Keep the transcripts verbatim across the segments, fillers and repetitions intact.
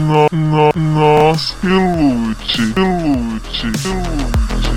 no, no, nós que lute, que lute, que lute.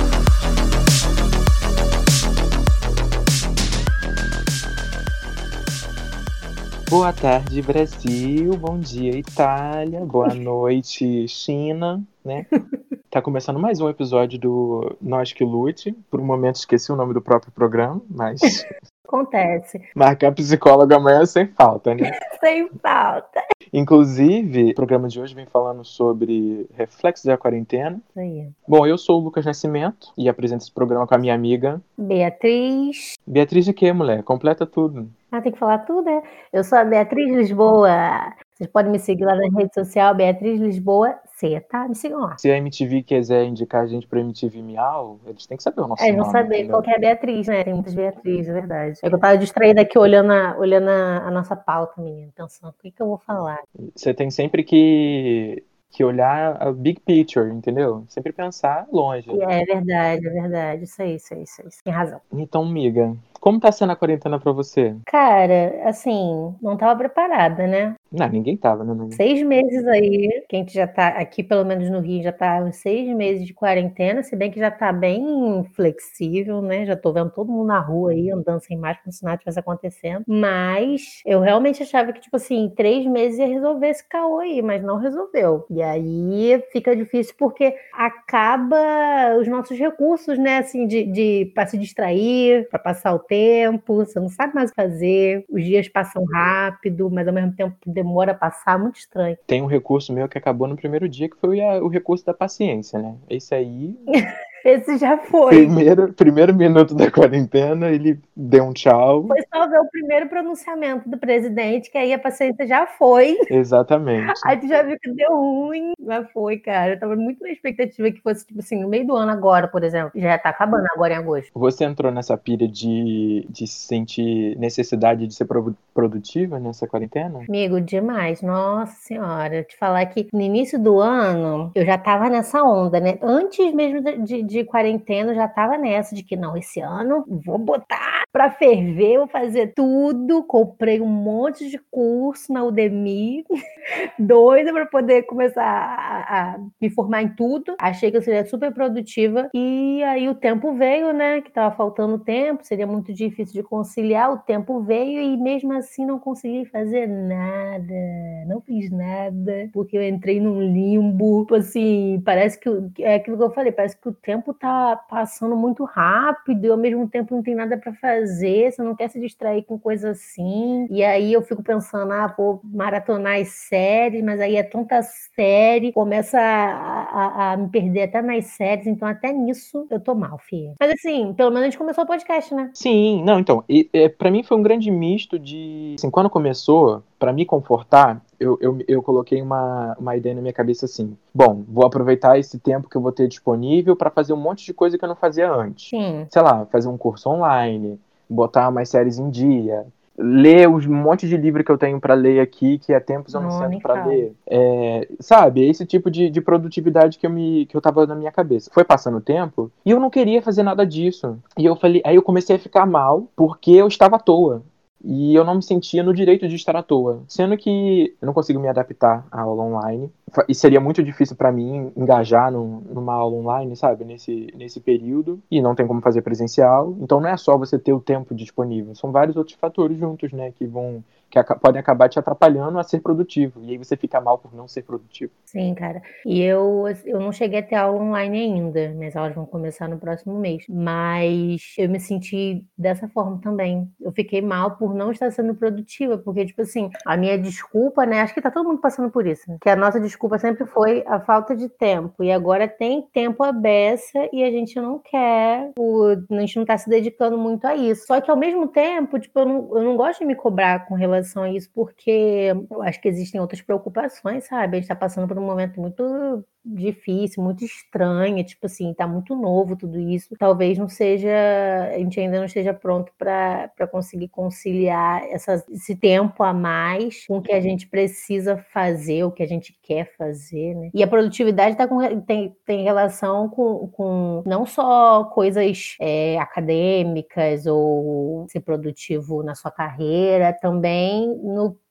Boa tarde, Brasil. Bom dia, Itália. Boa noite, China, né? Tá começando mais um episódio do Nós que Lute. Por um momento esqueci o nome do próprio programa, mas Acontece. marcar psicólogo amanhã é sem falta, né? Sem falta. Inclusive, o programa de hoje vem falando sobre reflexos da quarentena. Isso aí. Bom, eu sou o Lucas Nascimento e apresento esse programa com a minha amiga Beatriz. Beatriz de quê, mulher? Completa tudo. Ah, tem que falar tudo, né? Eu sou a Beatriz Lisboa. Vocês podem me seguir lá na rede social, Beatriz Lisboa C, tá? Me sigam lá. Se a M T V quiser indicar a gente pra M T V Miau, eles têm que saber o nosso É, eles nome. vão saber entendeu? qual que é a Beatriz, né? Tem muitas Beatriz, é verdade. É que eu tava distraída aqui olhando a, olhando a, a nossa pauta, menina. Pensando, o que, que eu vou falar? Você tem sempre que, que olhar a big picture, entendeu? Sempre pensar longe. É verdade, é verdade. Isso aí, isso aí, isso aí. Tem razão. Então, amiga, como tá sendo a quarentena pra você? Cara, assim, não tava preparada, né? Não, ninguém tava, né, amiga? Seis meses aí, que a gente já tá aqui, pelo menos no Rio, já tá uns seis meses de quarentena, se bem que já tá bem flexível, né? Já tô vendo todo mundo na rua aí, andando sem máscara, como se nada tivesse acontecendo. Mas eu realmente achava que, tipo assim, três meses ia resolver esse caô aí, mas não resolveu. E aí fica difícil porque acaba os nossos recursos, né? Assim, de, de para se distrair, para passar o tempo, você não sabe mais o que fazer, os dias passam rápido, mas ao mesmo tempo demora a passar, muito estranho. Tem um recurso meu que acabou no primeiro dia, que foi a- o recurso da paciência, né? Esse aí, Esse já foi. primeiro, primeiro minuto da quarentena, ele deu um tchau. Foi só ver o primeiro pronunciamento do presidente, que aí a paciência já foi. Exatamente. Aí tu já viu que deu ruim. Já foi, cara. Eu tava muito na expectativa que fosse, tipo assim, no meio do ano agora, por exemplo. Já tá acabando agora em agosto. Você entrou nessa pilha de, de sentir necessidade de ser pro- produtiva nessa quarentena? Amigo, demais. Nossa senhora. Te falar que no início do ano eu já tava nessa onda, né? Antes mesmo de, de, de quarentena, eu já tava nessa de que não, esse ano vou botar pra ferver, vou fazer tudo. Comprei um monte de curso na Udemy, doida pra poder começar a, a me formar em tudo. Achei que eu seria super produtiva. E aí o tempo veio, né? Que tava faltando tempo, seria muito difícil de conciliar. O tempo veio e mesmo assim não consegui fazer nada. Não fiz nada, porque eu entrei num limbo. Tipo assim, parece que o- é aquilo que eu falei, parece que o tempo tá passando muito rápido e ao mesmo tempo não tem nada pra fazer. Você não quer se distrair com coisa assim. E aí eu fico pensando, ah, vou maratonar as séries, mas aí é tanta série, começa a, a- a me perder até nas séries, então até nisso eu tô mal, filha. Mas assim, pelo menos a gente começou o podcast, né? Sim, não, então, e, é, para mim foi um grande misto de, assim, quando começou, pra me confortar, eu, eu, eu coloquei uma, uma ideia na minha cabeça assim, bom, vou aproveitar esse tempo que eu vou ter disponível pra fazer um monte de coisa que eu não fazia antes. Sim. Sei lá, fazer um curso online, botar umas séries em dia, ler os monte de livro que eu tenho pra ler aqui, que há tempos eu não, Não, sento nem pra fala. ler. É, sabe, esse tipo de, de produtividade que eu, me, que eu tava na minha cabeça. Foi passando o tempo e eu não queria fazer nada disso. E eu falei, aí eu comecei a ficar mal porque eu estava à toa. E eu não me sentia no direito de estar à toa. Sendo que eu não consigo me adaptar à aula online. E seria muito difícil pra mim engajar num, numa aula online, sabe? Nesse, nesse período. E não tem como fazer presencial. Então não é só você ter o tempo disponível. São vários outros fatores juntos, né? Que vão... que aca- podem acabar te atrapalhando a ser produtivo. E aí você fica mal por não ser produtivo. Sim, cara. E eu, eu não cheguei a ter aula online ainda. Minhas aulas vão começar no próximo mês. Mas eu me senti dessa forma também. Eu fiquei mal por não estar sendo produtiva. Porque, tipo assim, a minha desculpa, né? Acho que tá todo mundo passando por isso, né? Que a nossa desculpa sempre foi a falta de tempo. E agora tem tempo à beça e a gente não quer. O, a gente não tá se dedicando muito a isso. Só que ao mesmo tempo, tipo, eu não, eu não gosto de me cobrar com relação a isso, porque eu acho que existem outras preocupações, sabe? A gente tá passando por um momento muito difícil, muito estranho, tipo assim, tá muito novo tudo isso. Talvez não seja, a gente ainda não esteja pronto para conseguir conciliar essa, esse tempo a mais com o que a gente precisa fazer, o que a gente quer fazer, né? E a produtividade tá com, tem, tem relação com, com não só coisas é, acadêmicas ou ser produtivo na sua carreira, também no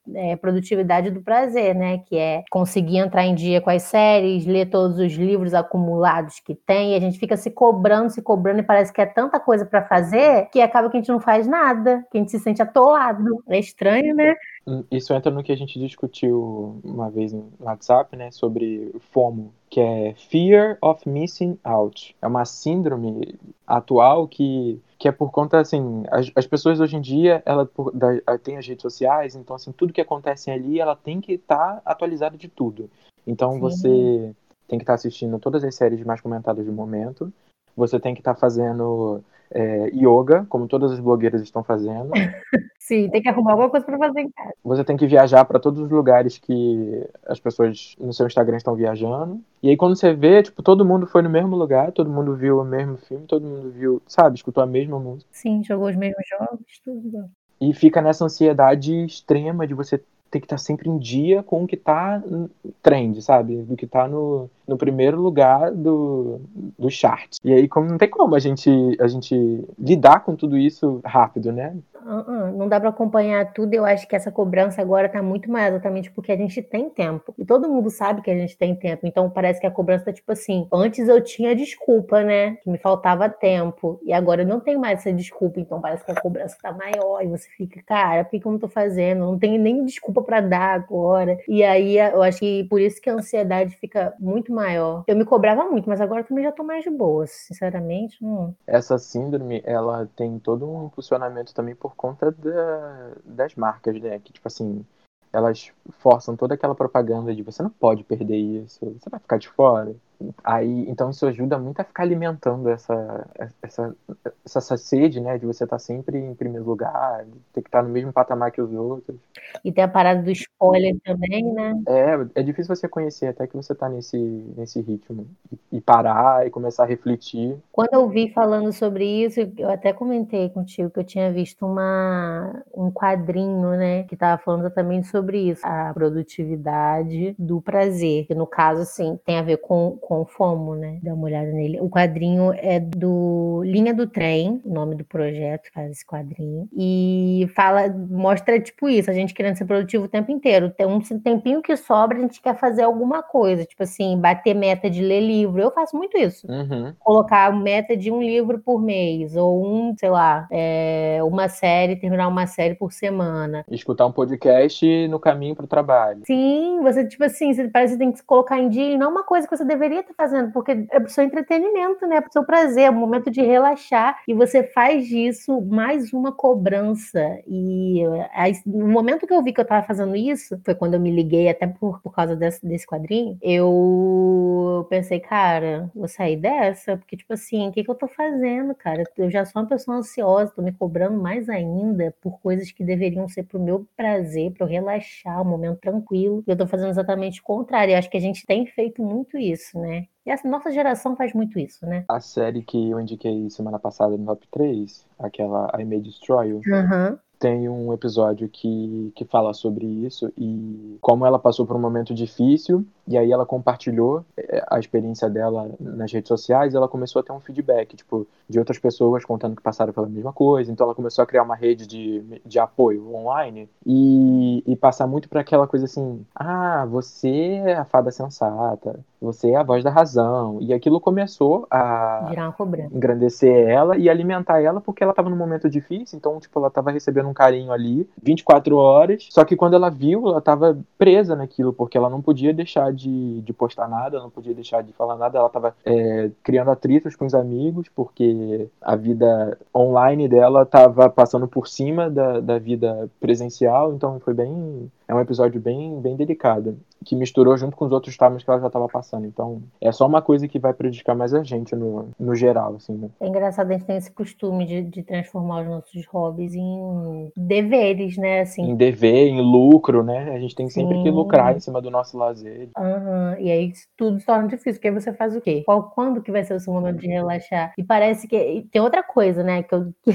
é, produtividade do prazer, né? Que é conseguir entrar em dia com as séries, ler todos os livros acumulados que tem, e a gente fica se cobrando, se cobrando, e parece que é tanta coisa pra fazer que acaba que a gente não faz nada, que a gente se sente atolado. É estranho, né? Isso entra no que a gente discutiu uma vez no WhatsApp, né, sobre FOMO, que é Fear of Missing Out. É uma síndrome atual que, que é por conta, assim, as, as pessoas hoje em dia, ela por, da, tem as redes sociais, então, assim, tudo que acontece ali, ela tem que estar tá atualizada de tudo. Então, Sim. você tem que estar tá assistindo todas as séries mais comentadas do momento, você tem que estar tá fazendo é, yoga, como todas as blogueiras estão fazendo. Sim, tem que arrumar alguma coisa para fazer em casa. Você tem que viajar para todos os lugares que as pessoas no seu Instagram estão viajando. E aí quando você vê, tipo, todo mundo foi no mesmo lugar, todo mundo viu o mesmo filme, todo mundo viu, sabe, escutou a mesma música. Sim, jogou os mesmos jogos, tudo. E fica nessa ansiedade extrema de você ter que estar sempre em dia com o que tá trend, sabe? Do que tá no, no primeiro lugar do, do chart. E aí como, não tem como a gente, a gente lidar com tudo isso rápido, né? Uh-uh, não dá para acompanhar tudo. Eu acho que essa cobrança agora tá muito mais exatamente porque a gente tem tempo. E todo mundo sabe que a gente tem tempo. Então parece que a cobrança tá tipo assim, antes eu tinha desculpa, né? Que me faltava tempo. E agora eu não tenho mais essa desculpa. Então parece que a cobrança tá maior. E você fica, cara, por que eu não tô fazendo? Não tenho nem desculpa para dar agora. E aí eu acho que por isso que a ansiedade fica muito maior. Eu me cobrava muito, mas agora também já tô mais de boa. Sinceramente, não. Essa síndrome, ela tem todo um impulsionamento também por conta da, das marcas, né? Que, tipo assim, elas forçam toda aquela propaganda de você não pode perder isso, você vai ficar de fora. Aí, então isso ajuda muito a ficar alimentando essa, essa, essa, essa sede, né? De você estar sempre em primeiro lugar, de ter que estar no mesmo patamar que os outros. E tem a parada do spoiler também, né? É, é difícil você conhecer até que você tá nesse, nesse ritmo. E, e parar e começar a refletir. Quando eu vi falando sobre isso, eu até comentei contigo que eu tinha visto uma, um quadrinho, né? Que tava falando exatamente sobre isso. A produtividade do prazer. Que no caso, assim, tem a ver com, com o FOMO, né? Dá uma olhada nele. O quadrinho é do Linha do Trem, o nome do projeto faz esse quadrinho. E fala, mostra tipo isso, a gente querendo ser produtivo o tempo inteiro. Tem um tempinho que sobra, a gente quer fazer alguma coisa. Tipo assim, bater meta de ler livro. Eu faço muito isso. Uhum. Colocar meta de um livro por mês, ou um, sei lá, é, uma série, terminar uma série por semana. Escutar um podcast no caminho pro trabalho. Sim, você, tipo assim, você parece que tem que se colocar em dia, e não é uma coisa que você deveria estar fazendo, porque é pro seu entretenimento, né? É pro seu prazer, é um momento de relaxar, e você faz disso mais uma cobrança. E aí, no momento que eu vi que eu tava fazendo isso, foi quando eu me liguei, até por, por causa desse, desse quadrinho, eu pensei, cara, vou sair dessa, porque, tipo assim, o que que eu tô fazendo, cara? Eu já sou uma pessoa ansiosa, tô me cobrando mais ainda por coisas que deveriam ser pro meu prazer, pra eu relaxar, um momento tranquilo. E eu tô fazendo exatamente o contrário. Eu acho que a gente tem feito muito isso, né? E a nossa geração faz muito isso, né? A série que eu indiquei semana passada no top três, aquela I May Destroy You, Uhum. tem um episódio que, que fala sobre isso e como ela passou por um momento difícil, e aí ela compartilhou a experiência dela nas redes sociais, e ela começou a ter um feedback, tipo, de outras pessoas contando que passaram pela mesma coisa. Então ela começou a criar uma rede de, de apoio online e, e passar muito para aquela coisa assim, ah, você é a fada sensata, você é a voz da razão. E aquilo começou a Virar uma cobrança. engrandecer ela e alimentar ela, porque ela estava num momento difícil, então, tipo, ela estava recebendo um carinho ali, vinte e quatro horas, só que quando ela viu, ela estava presa naquilo, porque ela não podia deixar de, de postar nada, não podia deixar de falar nada, ela estava é, criando atritos com os amigos, porque a vida online dela estava passando por cima da, da vida presencial, então foi bem... É um episódio bem, bem delicado, que misturou junto com os outros traumas que ela já estava passando. Então, é só uma coisa que vai prejudicar mais a gente no, no geral, assim, né? É engraçado, a gente tem esse costume de, de transformar os nossos hobbies em deveres, né? Assim, Em dever, em lucro, né? A gente tem sempre que Sim. lucrar em cima do nosso lazer. Aham, e aí tudo se torna difícil, porque aí você faz o quê? Qual, quando que vai ser o seu momento de relaxar? E parece que... e tem outra coisa, né, que eu, que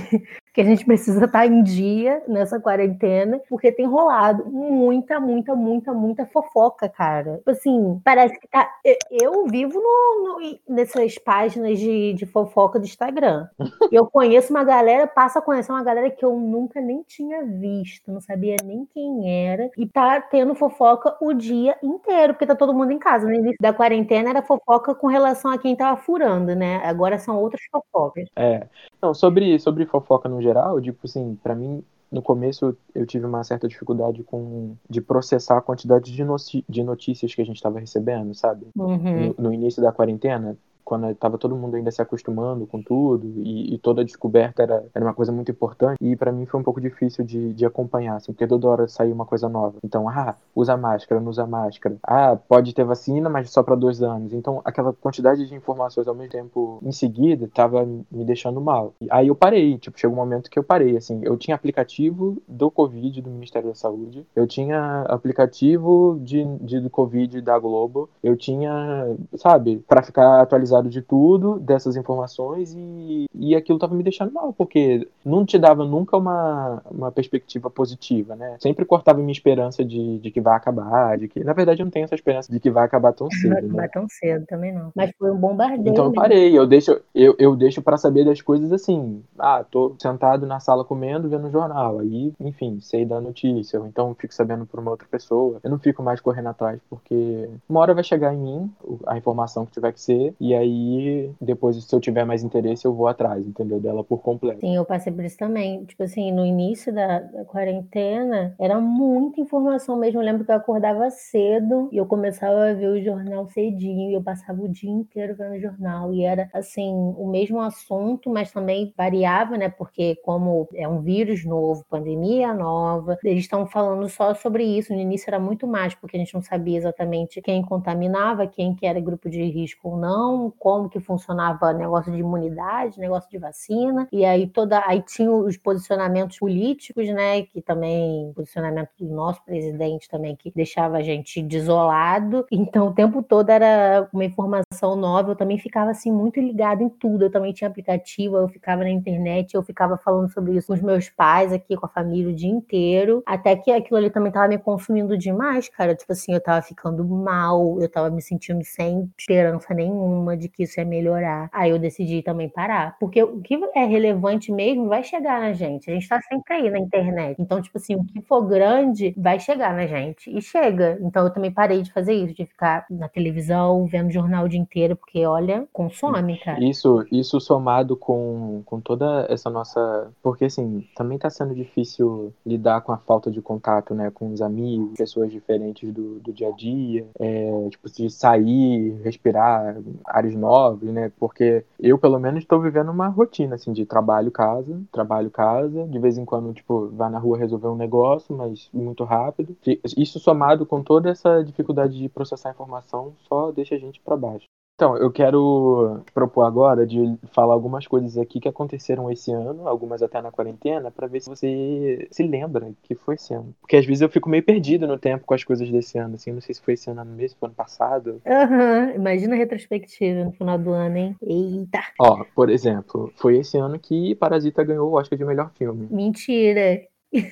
que a gente precisa estar em dia nessa quarentena, porque tem rolado muita, muita, muita, muita fofoca, cara. Tipo assim, parece que tá... Eu vivo no, no, nessas páginas de, de fofoca do Instagram. Eu conheço uma galera, passo a conhecer uma galera que eu nunca nem tinha visto, não sabia nem quem era, e tá tendo fofoca o dia inteiro, porque tá todo mundo em casa. No início da quarentena era fofoca com relação a quem tava furando, né? Agora são outras fofocas. É. Não, sobre, sobre fofoca no geral, tipo assim, pra mim, no começo eu tive uma certa dificuldade com, de processar a quantidade de, noci- de notícias que a gente estava recebendo, sabe? Uhum. No, no início da quarentena, quando estava todo mundo ainda se acostumando com tudo e, e toda a descoberta era, era uma coisa muito importante, e para mim foi um pouco difícil de, de acompanhar, assim, porque toda hora saía uma coisa nova. Então, ah, usa máscara, não usa máscara. Ah, pode ter vacina, mas só para dois anos. Então, aquela quantidade de informações ao mesmo tempo em seguida estava me deixando mal. E aí eu parei, tipo, chegou um momento que eu parei, assim, eu tinha aplicativo do Covid do Ministério da Saúde, eu tinha aplicativo de, de do Covid da Globo, eu tinha, sabe, para ficar atualizado de tudo, dessas informações, e, e aquilo tava me deixando mal, porque não te dava nunca uma, uma perspectiva positiva, né? Sempre cortava minha esperança de, de que vai acabar, de que, na verdade, eu não tenho essa esperança de que vai acabar tão cedo, Vai acabar né? tão cedo também não. Mas foi um bombardeio. Então eu mesmo. parei, eu deixo, eu, eu deixo para saber das coisas assim, ah, tô sentado na sala comendo, vendo um jornal, aí, enfim, sei da notícia, ou então fico sabendo por uma outra pessoa, eu não fico mais correndo atrás, porque uma hora vai chegar em mim a informação que tiver que ser, e aí, depois, se eu tiver mais interesse, eu vou atrás, entendeu? Dela por completo. Sim, eu passei por isso também. Tipo assim, no início da, da quarentena, era muita informação mesmo. Eu lembro que eu acordava cedo e eu começava a ver o jornal cedinho, e eu passava o dia inteiro vendo o jornal. E era, assim, o mesmo assunto, mas também variava, né? Porque como é um vírus novo, pandemia nova, eles estão falando só sobre isso. No início era muito mais, porque a gente não sabia exatamente quem contaminava, quem que era grupo de risco ou não, como que funcionava negócio de imunidade, negócio de vacina, e aí toda aí tinha os posicionamentos políticos, né, que também, posicionamento do nosso presidente também, que deixava a gente desolado, então o tempo todo era uma informação nova. Eu também ficava assim muito ligada em tudo, eu também tinha aplicativo, eu ficava na internet, eu ficava falando sobre isso com os meus pais aqui, com a família o dia inteiro, até que aquilo ali também tava me consumindo demais, cara, tipo assim, eu tava ficando mal, eu tava me sentindo sem esperança nenhuma de que isso ia melhorar. Aí eu decidi também parar, porque o que é relevante mesmo vai chegar na gente, a gente tá sempre aí na internet, então tipo assim, o que for grande vai chegar na gente, e chega. Então eu também parei de fazer isso, de ficar na televisão, vendo jornal o dia inteiro, porque olha, consome, cara. Isso, isso somado com, com toda essa nossa... Porque, assim, também tá sendo difícil lidar com a falta de contato, né? Com os amigos, pessoas diferentes do, do dia a dia. É, tipo, de sair, respirar ares novos, né? Porque eu, pelo menos, tô vivendo uma rotina, assim, de trabalho, casa, trabalho, casa. De vez em quando, tipo, vai na rua resolver um negócio, mas muito rápido. Isso somado com toda essa dificuldade de processar informação só deixa a gente pra baixo. Então, eu quero te propor agora de falar algumas coisas aqui que aconteceram esse ano, algumas até na quarentena, para ver se você se lembra que foi esse ano. Porque às vezes eu fico meio perdido no tempo com as coisas desse ano, assim, não sei se foi esse ano mesmo, se foi ano passado. Aham, imagina a retrospectiva no final do ano, hein? Eita, Ó, por exemplo, foi esse ano que Parasita ganhou o Oscar de melhor filme. mentira.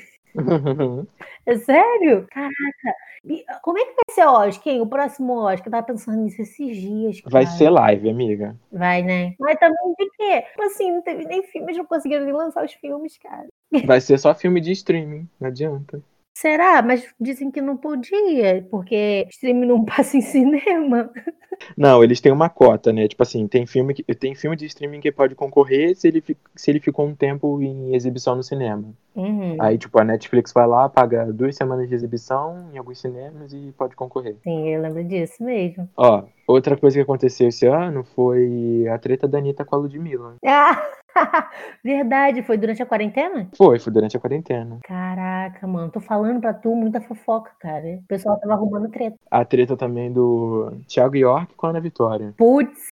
É sério? Caraca. E como é que vai ser o Oscar, hein? O próximo Oscar? Eu tava pensando nisso esses dias, Vai cara. ser live, amiga. Vai, né? Mas também de quê? Tipo assim, não teve nem filmes, não conseguiram nem lançar os filmes, cara. Vai ser só filme de streaming, não adianta. Será? Mas dizem que não podia, porque streaming não passa em cinema. Não, eles têm uma cota, né? Tipo assim, tem filme, que, tem filme de streaming que pode concorrer se ele, fi- se ele ficou um tempo em exibição no cinema. Uhum. Aí, tipo, a Netflix vai lá, paga duas semanas de exibição em alguns cinemas e pode concorrer. Sim, eu lembro disso mesmo. Ó, outra coisa que aconteceu esse ano foi a treta da Anitta com a Ludmilla. Ah, verdade, foi durante a quarentena? Foi, foi durante a quarentena. Caraca, mano, tô falando pra tu muita fofoca, cara. O pessoal tava arrumando treta. A treta também do Thiago York com a Ana Vitória. Putz,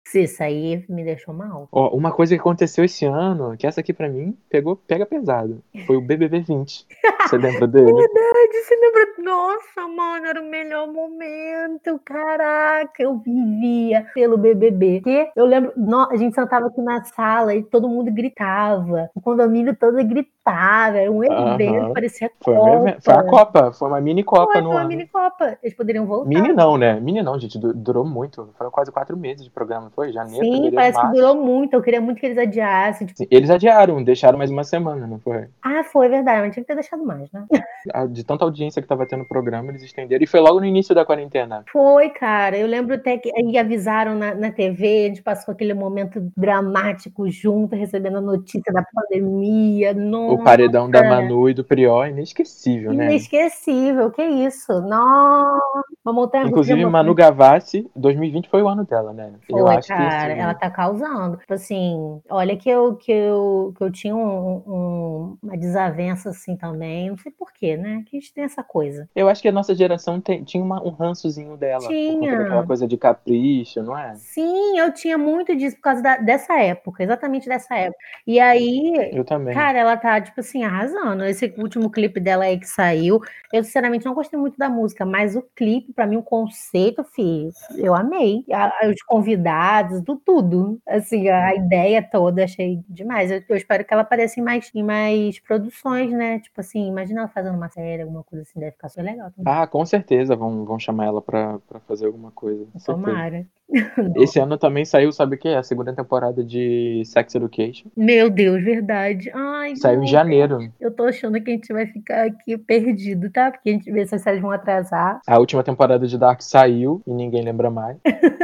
Isso aí me deixou mal. Ó, uma coisa que aconteceu esse ano, que essa aqui pra mim pegou, pega pesado, foi o B B B vinte. Você lembra dele? Verdade, você lembra? Nossa, mano, era o melhor momento. Caraca, eu vivia pelo B B B. Que eu lembro, no- a gente sentava aqui na sala e todo mundo gritava. O condomínio todo gritava. Era um evento, Aham. parecia Foi, um evento- foi a Copa. Copa, foi uma mini Copa Foi, no foi uma ano. mini Copa. Eles poderiam voltar. Mini não, né? Mini não, gente, du- durou muito. Foram quase quatro meses de programa, foi? Janeiro, Sim, fevereiro, parece que março. durou muito. Eu queria muito que eles adiassem. Tipo, Sim, eles adiaram, deixaram mais uma semana, não foi? ah, foi verdade, mas tinha que ter deixado mais, né? A- De tanta audiência que tava tendo o programa, eles estenderam. E foi logo no início da quarentena. Foi, cara. Eu lembro até que aí avisaram na, na T V, a gente passou aquele momento dramático junto, recebendo a notícia da pandemia. O Nossa, paredão da Manu e do Prior, inesquecível, né? inesquecível. Que isso? Nossa, uma montanha russa de Inclusive, Manu emoções. Gavassi, dois mil e vinte foi o ano dela, né? Eu Foi, acho que cara, ela assim. tá causando. Tipo assim, olha que eu, que eu, que eu tinha um- um- uma desavença assim também, não sei porquê, né? Que a gente tem essa coisa. Eu acho que a nossa geração tem- tinha uma- um rançozinho dela, por conta daquela Tinha. coisa de capricho, não é? Sim, eu tinha muito disso por causa da- dessa época, exatamente dessa época. E aí, Eu também. cara, ela tá, tipo assim, arrasando. Esse último clipe dela aí que saiu, eu sinceramente não gostei muito da música, mas o clipe, pra mim, o conceito, filho, eu amei. A- os convidados, do tudo. Assim, a ideia toda, achei demais. Eu, eu espero que ela apareça em mais, em mais produções, né? Tipo assim, imagina ela fazendo uma série, alguma coisa assim, deve ficar super legal também. Ah, com certeza vão, vão chamar ela pra, pra fazer alguma coisa. Com certeza. Tomara. Esse ano também saiu, sabe o quê? A segunda temporada de Sex Education. Meu Deus, verdade. Ai, Saiu em não. janeiro. Eu tô achando que a gente vai ficar aqui perdido, tá? Porque a gente vê se essas séries vão atrasar. A última temporada de Dark saiu e ninguém lembra mais.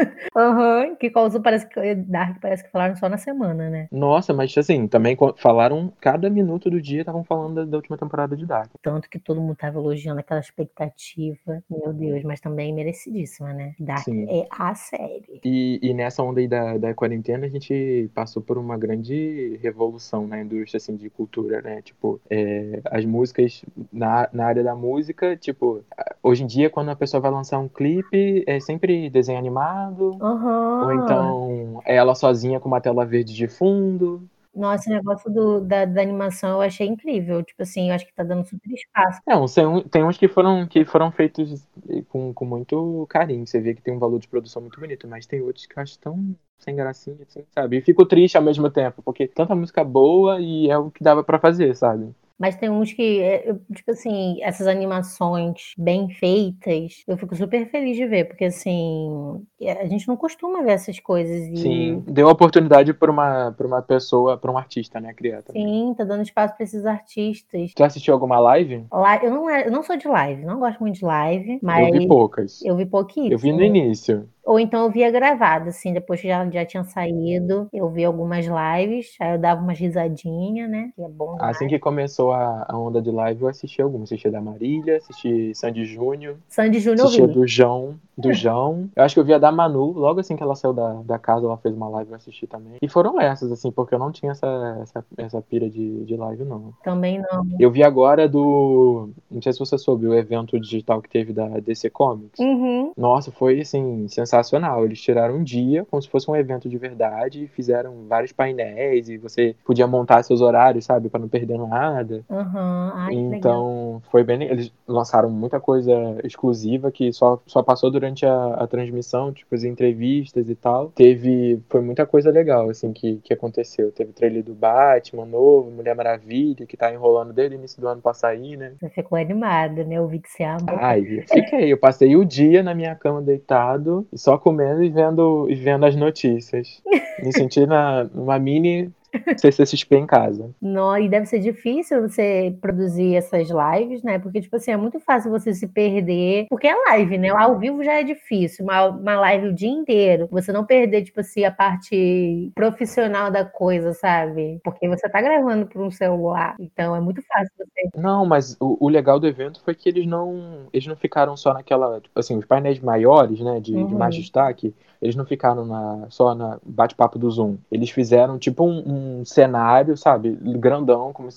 Aham, que causou, parece que Dark parece que falaram só na semana, né? Nossa, mas assim, também co- falaram, cada minuto do dia estavam falando da, da última temporada de Dark. Tanto que todo mundo tava elogiando aquela expectativa. Meu Deus, mas também merecidíssima, né? Dark Sim. é a série. E, e nessa onda aí da, da quarentena, a gente passou por uma grande revolução na indústria, assim, de cultura, né? Tipo, é, as músicas, na, na área da música, tipo, hoje em dia, quando a pessoa vai lançar um clipe, é sempre desenho animado, ou Aham. então é ela sozinha com uma tela verde de fundo. Nossa, esse negócio do- da, da animação eu achei incrível. Tipo assim, eu acho que tá dando super espaço. Não, tem, um- tem uns que foram, que foram feitos com, com muito carinho. Você vê que tem um valor de produção muito bonito, mas tem outros que eu acho tão sem gracinha, assim, sabe? E fico triste ao mesmo tempo, porque tanta música boa e é o que dava pra fazer, sabe? Mas tem uns que, é, eu- tipo assim, essas animações bem feitas, eu fico super feliz de ver, porque assim, é, a gente não costuma ver essas coisas e Sim, deu oportunidade pra uma, pra uma pessoa, pra um artista, né, criar também. sim, tá dando espaço para esses artistas. Tu assistiu alguma live? Lá, eu não, é- eu não sou de live, não gosto muito de live, mas Eu vi poucas. eu vi Eu pouquíssimo. vi no início. Ou então eu via gravado, assim, depois que já, já tinha saído, eu vi algumas lives, aí eu dava umas risadinhas, né? Que é bom demais. Assim que começou a, a onda de live, eu assisti algumas. Assisti a da Marília, assisti Sandy Júnior, Sandy Júnior eu assisti a vi. do João, do João. Eu acho que eu vi a da Manu, logo assim que ela saiu da, da casa, ela fez uma live, eu assisti também. E foram essas, assim, porque eu não tinha essa, essa, essa pira de, de live, não. Também não. Eu vi agora do... Não sei se você soube, o evento digital que teve da D C Comics. Uhum. Nossa, foi, assim, sensacional. Eles tiraram um dia, como se fosse um evento de verdade, e fizeram vários painéis, e você podia montar seus horários, sabe, pra não perder nada. Aham. Ai, que legal. Então, foi bem. Eles lançaram muita coisa exclusiva que só, só passou durante a, a transmissão, tipo as entrevistas e tal. Teve. Foi muita coisa legal, assim, que, que aconteceu. Teve o trailer do Batman novo, Mulher Maravilha, que tá enrolando desde o início do ano pra sair, né? Você ficou animada, né? Eu vi que você amou. Ai, eu fiquei. Eu passei o dia na minha cama deitado, e só comendo e vendo, e vendo as notícias. Me senti na, numa mini C C X P em casa. Não, e deve ser difícil você produzir essas lives, né? Porque, tipo assim, é muito fácil você se perder. Porque é live, né? Ao vivo já é difícil. Uma, uma live o dia inteiro. Você não perder, tipo assim, a parte profissional da coisa, sabe? Porque você tá gravando por um celular. Então é muito fácil você. Não, mas o, o legal do evento foi que eles não, eles não ficaram só naquela, tipo assim, os painéis maiores, né, de, de mais Uhum. destaque, eles não ficaram na, só na bate-papo do Zoom. Eles fizeram tipo um, um cenário, sabe, grandão, como se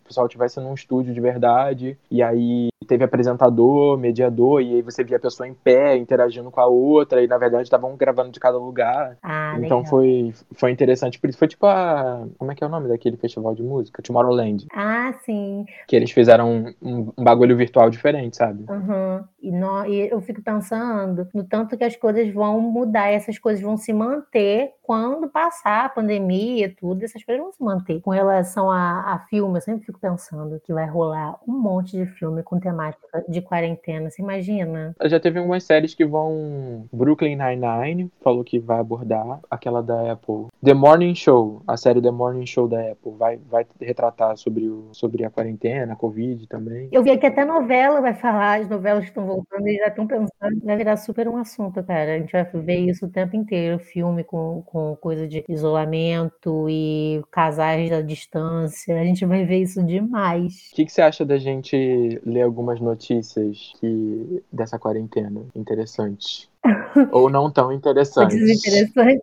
pessoal estivesse num estúdio de verdade, e aí teve apresentador, mediador, e aí você via a pessoa em pé, interagindo com a outra, e na verdade estavam gravando de cada lugar. Ah, Então legal. foi, foi interessante, por isso foi tipo a... Como é que é o nome daquele festival de música? Tomorrowland. Ah, sim. Que eles fizeram um, um, um bagulho virtual diferente, sabe? Uhum. E, no, e eu fico pensando no tanto que as coisas vão mudar, e essas coisas vão se manter quando passar a pandemia, tudo, essas coisas vão se manter. Com relação a, a filme, eu sempre fico pensando que vai rolar um monte de filme com temática de quarentena. Você imagina? Já teve algumas séries que vão... Brooklyn Nine-Nine falou que vai abordar, aquela da Apple. The Morning Show, a série The Morning Show da Apple, vai, vai retratar sobre, o, sobre a quarentena, a Covid também. Eu vi que até novela vai falar, as novelas que estão voltando e já estão pensando, vai virar super um assunto, cara. A gente vai ver isso o tempo inteiro, filme com, com coisa de isolamento e casais à distância. A gente vai ver isso demais. O que, que você acha da gente ler algumas notícias que, dessa quarentena interessantes? Ou não tão interessantes? Desinteressante.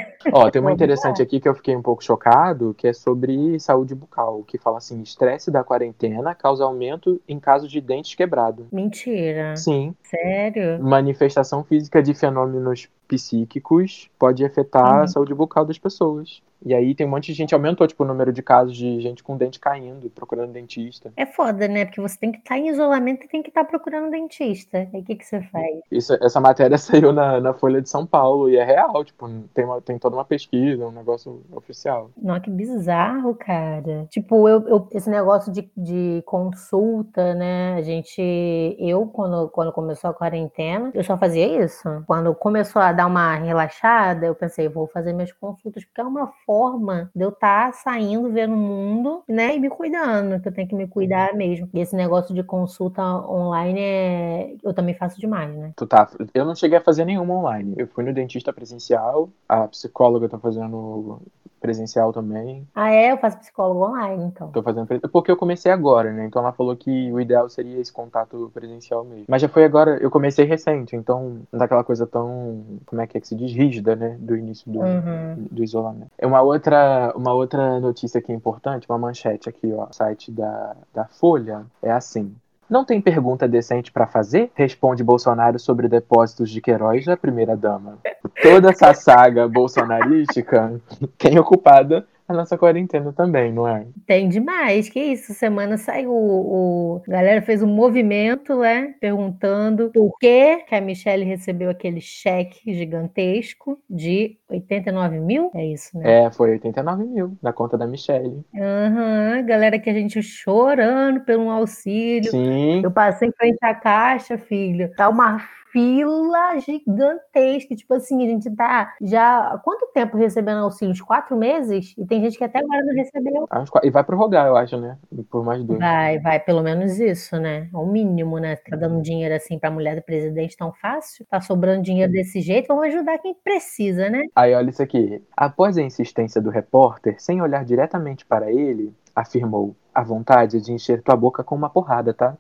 Ó, tem uma interessante aqui que eu fiquei um pouco chocado, que é sobre saúde bucal, que fala assim, estresse da quarentena causa aumento em casos de dentes quebrados. Mentira. Sim. Sério? Manifestação física de fenômenos psíquicos pode afetar Uhum. a saúde bucal das pessoas. E aí tem um monte de gente, aumentou tipo, o número de casos de gente com dente caindo, procurando dentista. É foda, né? Porque você tem que estar em isolamento e tem que estar procurando um dentista. Aí o que, que você faz? Isso, essa matéria saiu na, na Folha de São Paulo e é real, tipo, tem, uma, tem toda uma pesquisa, um negócio oficial. Nossa, que bizarro, cara. Tipo, eu, eu- esse negócio de, de consulta, né? A gente, eu, quando, quando começou a quarentena, eu só fazia isso. Quando começou a dar uma relaxada, eu pensei, vou fazer minhas consultas, porque é uma forma de eu estar saindo, vendo o mundo, né? E me cuidando, que eu tenho que me cuidar mesmo. E esse negócio de consulta online, é... eu também faço demais, né? Tu tá, eu não cheguei a fazer nenhuma online. Eu fui no dentista presencial, a psicóloga tá fazendo presencial também. Ah, é? Eu faço psicólogo online, então. Tô fazendo pre- porque eu comecei agora, né? Então ela falou que o ideal seria esse contato presencial mesmo. Mas já foi agora, eu comecei recente, então não dá aquela coisa tão, como é que é que se diz, rígida, né? Do início do, Uhum. do isolamento. É uma outra, uma outra notícia aqui importante, uma manchete aqui, ó, site da, da Folha, é assim. Não tem pergunta decente pra fazer? Responde Bolsonaro sobre depósitos de Queiroz da primeira-dama. Toda essa saga bolsonarística tem ocupada a nossa quarentena também, não é? Tem demais, que isso, semana saiu, o, o- a galera fez um movimento, né, perguntando por que que a Michelle recebeu aquele cheque gigantesco de oitenta e nove mil, é isso, né? É, foi oitenta e nove mil na conta da Michelle. Aham, galera que a gente chorando por um auxílio, Sim, eu passei em frente à caixa, filho, tá uma fila gigantesca, tipo assim, a gente tá já há quanto tempo recebendo auxílio? Uns quatro meses? E tem gente que até agora não recebeu. acho que- e vai prorrogar, eu acho, né? Por mais dois. Vai, vai, pelo menos isso, né? É o mínimo, né? Tá dando dinheiro assim pra mulher do presidente tão fácil, tá sobrando dinheiro desse jeito, vamos ajudar quem precisa, né? Aí olha isso aqui. Após a insistência do repórter, sem olhar diretamente para ele, afirmou: a vontade é de encher tua boca com uma porrada, tá?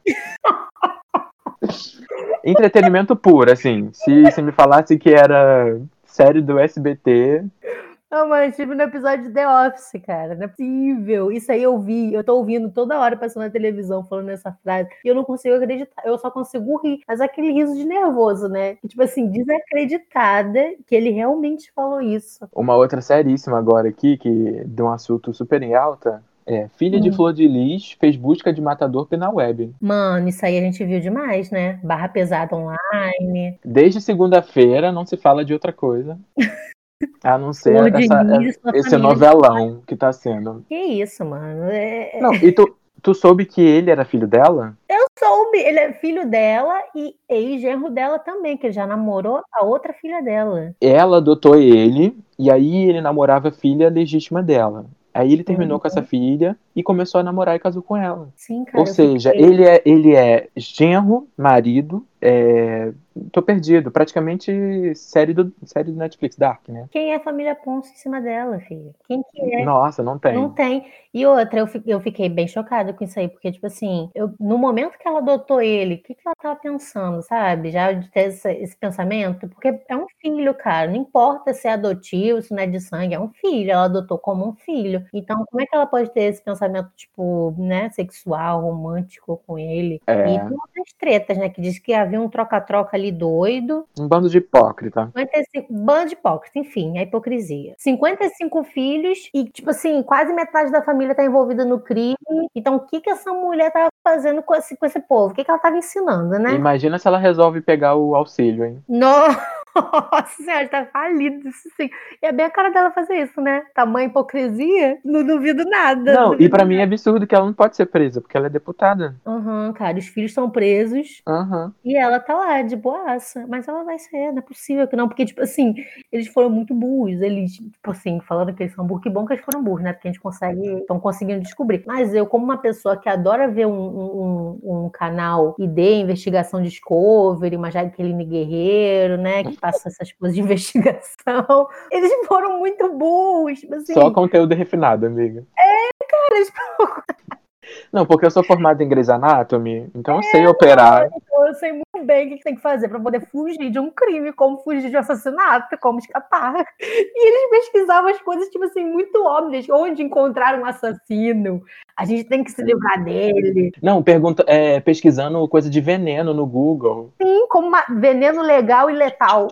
Entretenimento puro, assim. Se, se me falasse que era série do S B T, Não, mas tive no episódio de The Office, cara. Não é possível. Isso aí eu vi, eu tô ouvindo toda hora passando na televisão falando essa frase. E eu não consigo acreditar, eu só consigo rir. Mas é aquele riso de nervoso, né? E, tipo assim, desacreditada que ele realmente falou isso. uma outra seríssima agora aqui, que de um assunto super em alta, é filha de Hum. Flor de Lis fez busca de matador pela web. Mano, isso aí a gente viu demais, né? Barra pesada online. Desde segunda-feira não se fala de outra coisa. A não ser Flor de essa, Lis, sua esse família. novelão que tá sendo. Que isso, mano? É- é- Não, e tu, tu soube que ele era filho dela? Eu soube, ele é filho dela e ex-genro dela também, que ele já namorou a outra filha dela. Ela adotou ele, e aí ele namorava a filha legítima dela. Aí ele terminou Uhum. com essa filha e começou a namorar e casou com ela. Sim, cara. Ou eu seja, fiquei- ele é, ele é genro, marido, É, tô perdido. Praticamente série do, série do Netflix, Dark, né? Quem é a família Ponce em cima dela, filho? Quem que é? Nossa, não tem. Não tem. E outra, eu fi- eu fiquei bem chocada com isso aí, porque, tipo assim, eu, no momento que ela adotou ele, o que, que ela tava pensando, sabe? Já de ter esse, esse pensamento? Porque é um filho, cara. Não importa se é adotivo, se não é de sangue, é um filho. Ela adotou como um filho. Então, como é que ela pode ter esse pensamento, tipo, né, sexual, romântico com ele? É. E tem outras tretas, né? Que diz que havia um troca-troca ali doido. Um bando de hipócrita. cinquenta e cinco, bando de hipócrita, enfim, a hipocrisia. cinquenta e cinco filhos e, tipo assim, quase metade da família tá envolvida no crime. Então, o que que essa mulher tava fazendo com esse, com esse povo? O que que ela tava ensinando, né? Imagina se ela resolve pegar o auxílio, hein? Nossa senhora, tá falido isso sim. E é bem a cara dela fazer isso, né? Tamanha hipocrisia, não duvido nada. Não, duvido e pra nada. mim é absurdo que ela não pode ser presa, porque ela é deputada. Aham, cara, os filhos são presos. Aham. E ela tá lá, de boaça. Mas ela vai ser, não é possível que não. Porque, tipo assim, eles foram muito burros. Eles, tipo assim, falando que eles são burros, que bom que eles foram burros, né? Porque a gente consegue, estão conseguindo descobrir. Mas eu, como uma pessoa que adora ver um, um, um canal I D, investigação Discovery, uma Jaqueline Guerreiro, né? Que passa essas coisas de investigação. Eles foram muito burros. Tipo assim, Só conteúdo refinado, amiga. cara, eles Não, porque eu sou formada em Grey's Anatomy, então eu sei operar. Então, eu sei muito bem o que tem que fazer para poder fugir de um crime, como fugir de um assassinato, como escapar. E eles pesquisavam as coisas, tipo assim, muito óbvias. Onde encontrar um assassino? A gente tem que se livrar dele. Não, pergunta, é, pesquisando coisa de veneno no Google. Sim, como uma- veneno legal e letal.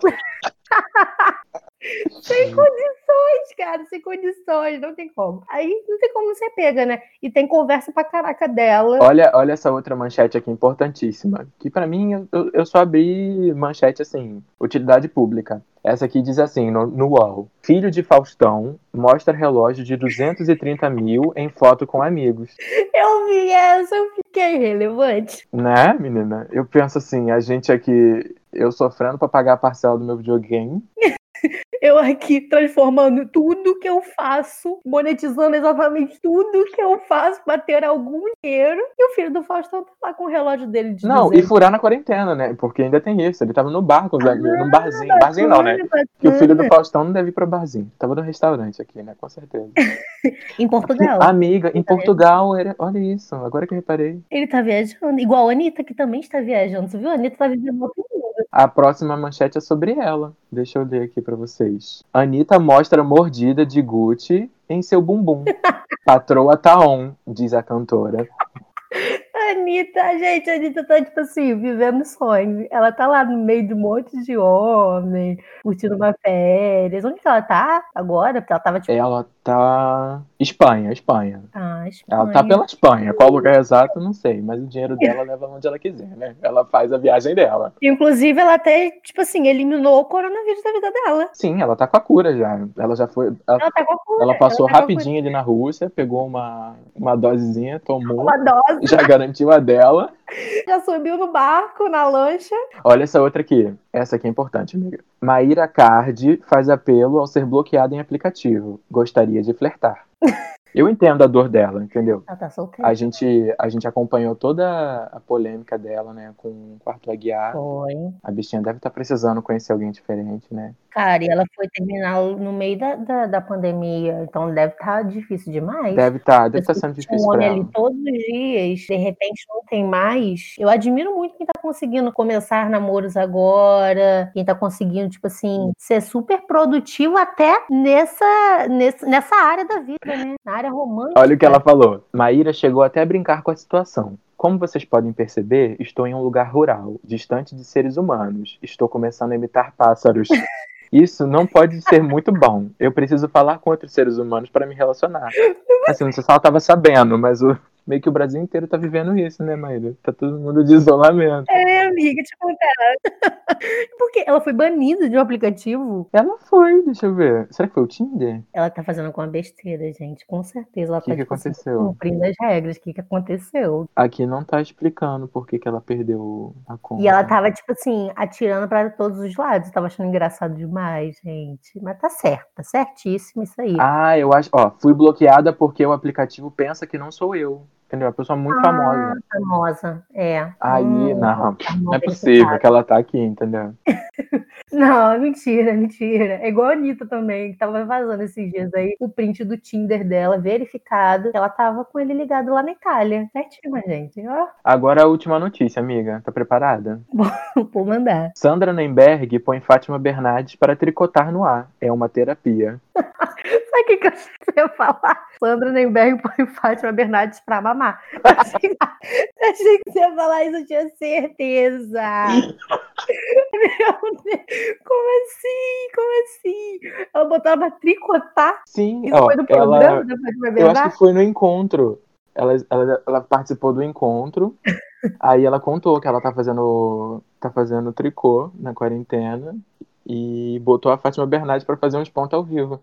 Sem condições, cara, sem condições, não tem como. Aí não tem como você pega, né? E tem conversa pra caraca dela. Olha, olha essa outra manchete aqui importantíssima. Que pra mim, eu, eu só abri manchete assim, utilidade pública. Essa aqui diz assim, no, no U O L. Filho de Faustão mostra relógio de duzentos e trinta mil em foto com amigos. Eu vi essa, eu fiquei relevante. Né, menina? Eu penso assim, a gente aqui, eu sofrendo pra pagar a parcela do meu videogame. Eu aqui transformando tudo que eu faço, monetizando exatamente tudo que eu faço pra ter algum dinheiro. E o filho do Faustão tá lá com o relógio dele de Não, e duzentos. furar na quarentena, né? Porque ainda tem isso. Ele tava no bar com os amigos, num barzinho. Ah, Barzinho não, né? bacana, Que o filho do bacana. Faustão não deve ir pro barzinho. Tava no restaurante aqui, né? Com certeza. Em Portugal. Amiga, em Portugal, era... olha isso, agora que eu reparei. Ele tá viajando. Igual a Anitta, que também está viajando. Você viu? A Anitta tá vivendo outro mundo. A próxima manchete é sobre ela. Deixa eu ler aqui pra vocês. Anitta mostra mordida de Gucci em seu bumbum. Patroa tá on, diz a cantora. Anitta, gente, a Anitta tá, tipo assim, vivendo sonho. Ela tá lá no meio de um monte de homem, curtindo uma férias. Onde que ela tá agora? Porque ela tava, tipo, Ela tá... Espanha, Espanha. ah, Ela tá Espanha. pela Espanha. Qual lugar exato, não sei. Mas o dinheiro dela leva onde ela quiser, né? Ela faz a viagem dela. Inclusive, ela até, tipo assim, eliminou o coronavírus da vida dela. Sim, ela tá com a cura já. Ela já foi... Ela, Ela tá com a cura. ela passou ela tá com a cura. rapidinho ali na Rússia, pegou uma, uma dosezinha, tomou, Uma dose, já garantiu a dela. já subiu no barco, na lancha. Olha essa outra aqui. Essa aqui é importante, amiga. Maíra Cardi faz apelo ao ser bloqueada em aplicativo. Gostaria de flertar. Eu entendo a dor dela, entendeu? Ela tá solteira. A gente, a gente acompanhou toda a polêmica dela, né, com o Quarto Aguiar. Foi. A bichinha deve estar precisando conhecer alguém diferente, né? Cara, e ela foi terminar no meio da, da, da pandemia, então deve estar difícil demais. Deve estar, deve estar Pessoa sendo que tinha difícil um homem pra ali ela. todos os dias, de repente não tem mais. Eu admiro muito quem tá conseguindo começar namoros agora, quem tá conseguindo, tipo assim, ser super produtivo até nessa, nessa, nessa área da vida, né? Na área romântica. Olha o que ela falou. Maíra chegou até a brincar com a situação. Como vocês podem perceber, estou em um lugar rural, distante de seres humanos. Estou começando a imitar pássaros. Isso não pode ser muito bom. Eu preciso falar com outros seres humanos para me relacionar. Assim, não sei se ela estava sabendo, mas o, meio que o Brasil inteiro tá vivendo isso, né, Maíra? Tá todo mundo de isolamento. É, amiga, te contar. Porque ela foi banida de um aplicativo. Ela foi, deixa eu ver. Será que foi o Tinder? Ela tá fazendo alguma besteira, gente. Com certeza. Ela Que tá, que tipo assim, aconteceu? cumprindo as regras. O que que aconteceu? Aqui não tá explicando por que, que ela perdeu a conta. E ela tava, tipo assim, atirando pra todos os lados. Tava achando engraçado demais, gente. Mas tá certo, tá certíssimo isso aí. Ah, eu acho. Ó, fui bloqueada porque o aplicativo pensa que não sou eu. entendeu? Uma pessoa muito Ah, famosa. famosa, é. Aí, Hum, não, tá não é mal possível verificado. que ela tá aqui, entendeu? Não, mentira, mentira. É igual a Anitta também, que tava vazando esses dias aí o print do Tinder dela, verificado, que ela tava com ele ligado lá na Itália. Certinho, gente. Ó, Agora a última notícia, amiga. Tá preparada? vou mandar. Sandra Nemberg põe Fátima Bernardes para tricotar no ar. É uma terapia. Sabe o que, que eu achei que você ia falar? Sandra Nemberg põe Fátima Bernardes pra mamar. Eu achei, eu achei que você ia falar isso, eu tinha certeza. Meu Deus, como assim? Como assim? Ela botou ela pra tricotar? Sim, Isso ó, foi no programa ela. da Fátima Eu acho que Bernardes? foi no encontro. Ela, ela, ela participou do encontro. Aí ela contou que ela tá fazendo, tá fazendo tricô na quarentena e botou a Fátima Bernardes pra fazer uns pontos ao vivo.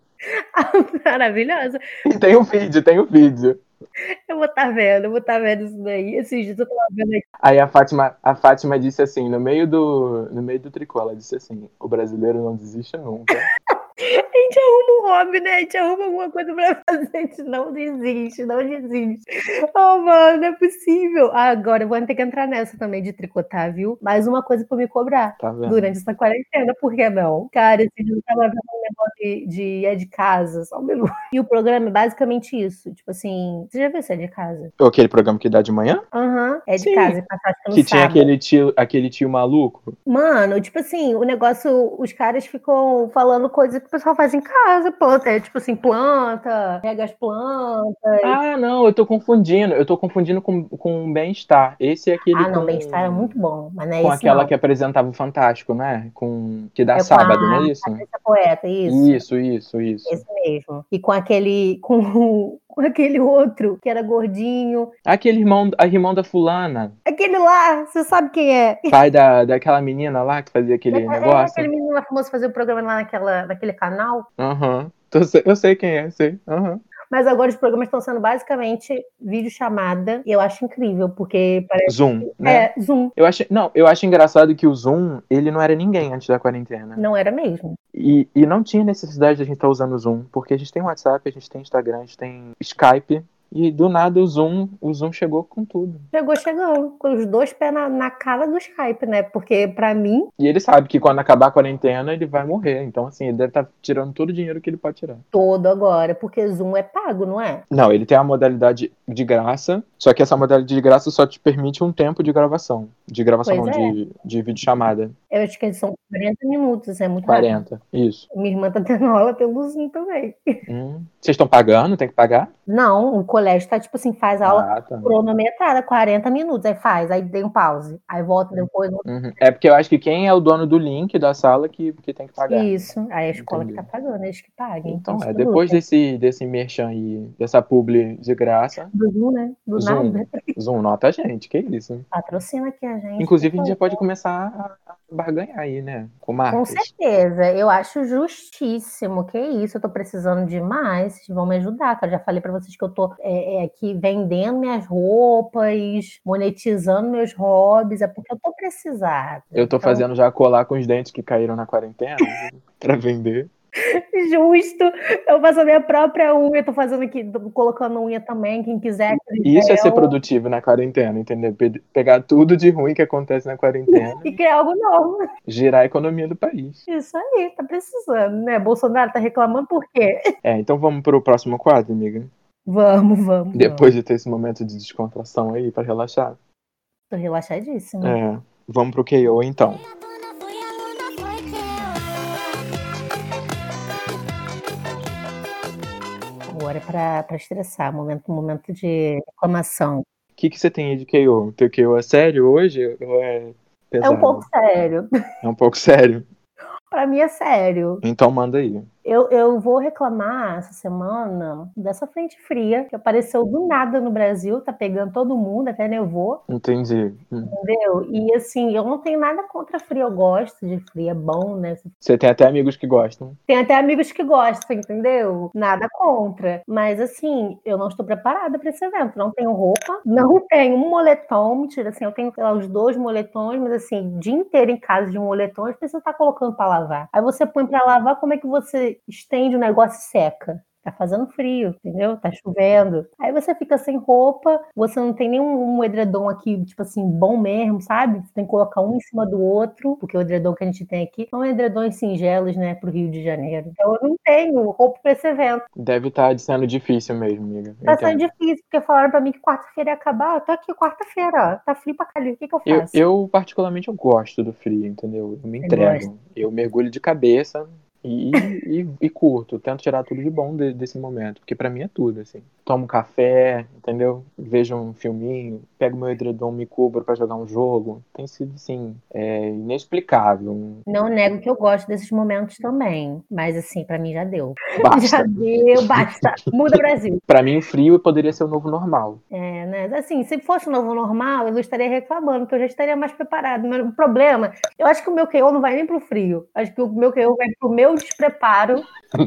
Maravilhosa. E tem o vídeo, tem o vídeo. Eu vou estar vendo, eu vou estar vendo isso daí. Esses dias eu tava vendo aqui. Aí a Fátima, a Fátima disse assim, no meio do, no meio do tricô, ela disse assim: o brasileiro não desiste nunca. A gente arruma um hobby, né? A gente arruma alguma coisa pra fazer. A gente não desiste, não desiste. Oh, mano, não é possível. Ah, agora eu vou ter que entrar nessa também de tricotar, viu? Mais uma coisa pra me cobrar Tá vendo? durante essa quarentena, por que não? Cara, esse dia eu tava vendo um negócio de, de é de casa, só um minuto. E o programa é basicamente isso. Tipo assim, você já viu se é de casa? Aquele programa que dá de manhã? Aham, é de Sim. casa, e passa acho que no Que tinha sábado. aquele tio, aquele tio maluco. Mano, tipo assim, o negócio, os caras ficam falando coisas que o pessoal faz em casa, planta, é tipo assim, planta, rega as plantas. Ah, não, eu tô confundindo. Eu tô confundindo com, com Bem-Estar. Esse é aquele Ah, não, bem-estar é com, muito bom, mas não é com esse aquela não. que apresentava o Fantástico, né? Com, que dá É com a sábado, não é isso? Patrícia Poeta, isso, Isso, isso, isso. esse mesmo. E com aquele, com, com aquele outro que era gordinho. Aquele irmão, a irmão da fulana, Aquele lá, você sabe quem é? pai da, daquela menina lá que fazia aquele É aquele negócio. menino lá famoso fazer o programa lá naquela, naquele canal. Aham. Tô se- Eu sei quem é, sei. Aham. Mas agora os programas estão sendo basicamente videochamada, e eu acho incrível, porque parece Zoom, que né? é Zoom. Eu acho, não, eu acho engraçado que o Zoom, ele não era ninguém antes da quarentena. Não era mesmo. E, e não tinha necessidade de a gente estar usando o Zoom, porque a gente tem WhatsApp, a gente tem Instagram, a gente tem Skype, e do nada o Zoom, o Zoom chegou com tudo. Chegou chegando, com os dois pés na, na cara do Skype, né? Porque pra mim, E ele sabe que quando acabar a quarentena, ele vai morrer. Então, assim, ele deve estar tirando todo o dinheiro que ele pode tirar. todo agora, porque Zoom é pago, não é? Não, ele tem a modalidade de graça, só que essa modalidade de graça só te permite um tempo de gravação. De gravação Pois não, é. de, de videochamada. Eu acho que eles são quarenta minutos, é muito rápido. quarenta, isso. Minha irmã tá tendo aula pelo Zoom também. Hum. Vocês estão pagando? Tem que pagar? Não, o colégio tá tipo assim, faz aula Ah, tá. cronometrada, quarenta minutos, aí faz, aí tem um pause, aí volta depois. Uhum. É porque eu acho que quem é o dono do link da sala que, que tem que pagar. Isso, aí a escola Entendi. que tá pagando, eles que paguem. Então, eles é, que depois lutem. desse, desse merchan aí, dessa publi de graça, Do Zoom, né? Do Zoom, nada. Zoom nota a gente, que isso. Patrocina aqui a gente. Inclusive, a por gente já favor. pode começar a barganhar aí, né? Com Com marcas. certeza, eu acho justíssimo. Que isso, eu tô precisando demais. Vocês vão me ajudar, cara. Eu já falei pra vocês que eu tô é, é, aqui vendendo minhas roupas, monetizando meus hobbies, é porque eu tô precisada. Eu tô Então, fazendo já colar com os dentes que caíram na quarentena pra vender. justo, eu faço a minha própria unha, tô fazendo aqui, tô colocando unha também, quem quiser. E isso é ser gel, produtivo na quarentena, entendeu? Pe- Pegar tudo de ruim que acontece na quarentena e e criar algo novo. girar a economia do país. Isso aí, tá precisando, né? Bolsonaro tá reclamando por quê? É, então vamos pro próximo quadro, amiga? Vamos, vamos, Depois vamos. de ter esse momento de descontração aí, pra relaxar. Tô relaxadíssima. É, vamos pro K O então. Agora é pra, pra estressar, momento, momento de reclamação. O que, que você tem aí de K O? Teu K O é sério hoje ou é pesado? É um pouco sério. É um pouco sério? Pra mim é sério. Então manda aí. Eu, eu vou reclamar essa semana dessa frente fria que apareceu do nada no Brasil, tá pegando todo mundo, até nevou, Entendi. Hum. entendeu? E assim, eu não tenho nada contra frio, eu gosto de frio, é bom, né? Você tem até amigos que gostam. Tem até amigos que gostam, entendeu? Nada contra. Mas assim, eu não estou preparada para esse evento. Não tenho roupa, não tenho um moletom. Mentira, assim, eu tenho sei lá, os dois moletons, mas assim, o dia inteiro em casa de um moletom, as pessoas estão colocando para lavar. Aí você põe para lavar, como é que você estende o negócio e seca? tá fazendo frio, entendeu? Tá chovendo. Aí você fica sem roupa, você não tem nenhum um edredom aqui, tipo assim, bom mesmo, sabe? Você tem que colocar um em cima do outro, porque o edredom que a gente tem aqui são edredons singelos, né, pro Rio de Janeiro. Então eu não tenho roupa pra esse evento. Deve estar sendo difícil mesmo, amiga. Eu Tá sendo entendo. difícil, porque falaram pra mim que quarta-feira ia acabar. Eu tô aqui quarta-feira, ó. Tá frio pra caralho. O que que eu Eu, faço? eu, particularmente, eu gosto do frio, entendeu? Eu me Você gosta? entrego. Eu mergulho de cabeça e, e, e curto. Tento tirar tudo de bom de- desse momento, porque pra mim é tudo, assim. Tomo um café, entendeu? Vejo um filminho, pego meu edredom, me cubro pra jogar um jogo. Tem sido, assim, é, inexplicável. Não nego que eu gosto desses momentos também. Mas assim, pra mim já deu. Já Basta. deu, basta. Muda Brasil. Pra mim, o frio poderia ser o novo normal. É, né? Assim, se fosse o novo normal, eu não estaria reclamando, porque eu já estaria mais preparado. Mas o problema, eu acho que o meu Q O não vai nem pro frio. Acho que o meu Q O vai pro meu despreparo,